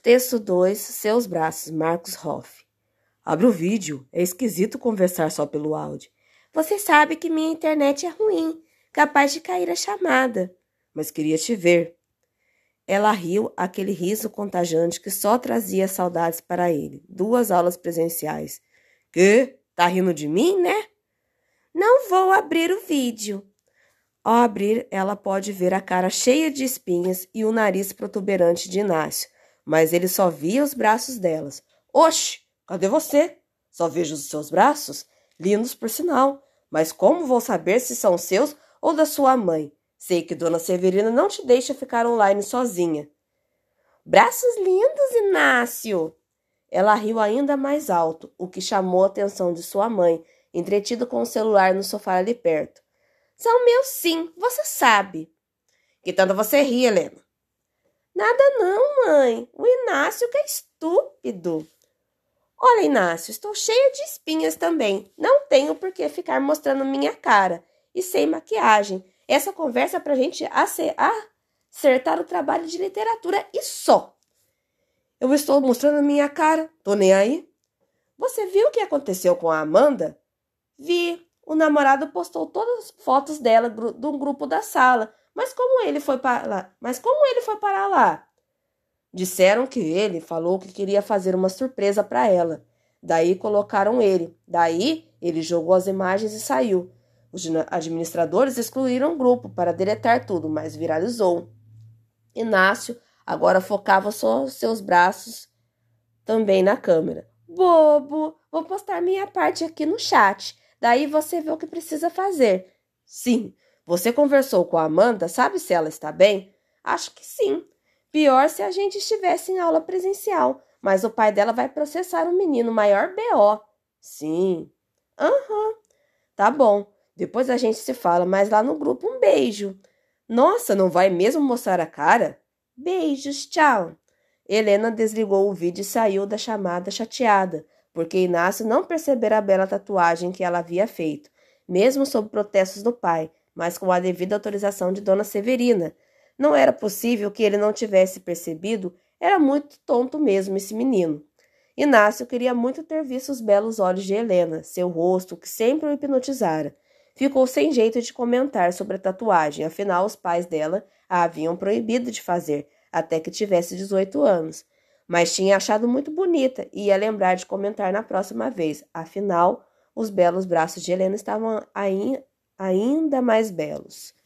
Texto 2, Seus braços, Marcos Hoff. Abre o vídeo, é esquisito conversar só pelo áudio. Você sabe que minha internet é ruim, capaz de cair a chamada. Mas queria te ver. Ela riu, aquele riso contagiante que só trazia saudades para ele. 2 aulas presenciais. Que? Tá rindo de mim, né? Não vou abrir o vídeo. Ao abrir, ela pode ver a cara cheia de espinhas e o nariz protuberante de Inácio, mas ele só via os braços delas. Oxe, cadê você? Só vejo os seus braços? Lindos por sinal, mas como vou saber se são seus ou da sua mãe? Sei que Dona Severina não te deixa ficar online sozinha. Braços lindos, Inácio! Ela riu ainda mais alto, o que chamou a atenção de sua mãe, entretido com o celular no sofá ali perto. São meus sim, você sabe. Que tanto você ri, Helena? Nada não, mãe. O Inácio que é estúpido. Olha, Inácio, estou cheia de espinhas também. Não tenho por que ficar mostrando minha cara. E sem maquiagem. Essa conversa é pra gente acertar o trabalho de literatura e só. Eu estou mostrando minha cara. Tô nem aí. Você viu o que aconteceu com a Amanda? Vi. O namorado postou todas as fotos dela do grupo da sala. Mas como ele foi parar lá? Disseram que ele falou que queria fazer uma surpresa para ela. Daí colocaram ele. Daí ele jogou as imagens e saiu. Os administradores excluíram o grupo para deletar tudo, mas viralizou. Inácio agora focava só seus braços também na câmera. Bobo, vou postar minha parte aqui no chat. Daí você vê o que precisa fazer. Sim. Você conversou com a Amanda? Sabe se ela está bem? Acho que sim. Pior se a gente estivesse em aula presencial. Mas o pai dela vai processar o menino, maior BO. Sim. Tá bom. Depois a gente se fala, mas lá no grupo um beijo. Nossa, não vai mesmo mostrar a cara? Beijos, tchau. Helena desligou o vídeo e saiu da chamada chateada, porque Inácio não percebera a bela tatuagem que ela havia feito, mesmo sob protestos do pai, mas com a devida autorização de Dona Severina. Não era possível que ele não tivesse percebido, era muito tonto mesmo esse menino. Inácio queria muito ter visto os belos olhos de Helena, seu rosto, que sempre o hipnotizara. Ficou sem jeito de comentar sobre a tatuagem, afinal os pais dela a haviam proibido de fazer, até que tivesse 18 anos. Mas tinha achado muito bonita e ia lembrar de comentar na próxima vez. Afinal, os belos braços de Helena estavam ainda mais belos.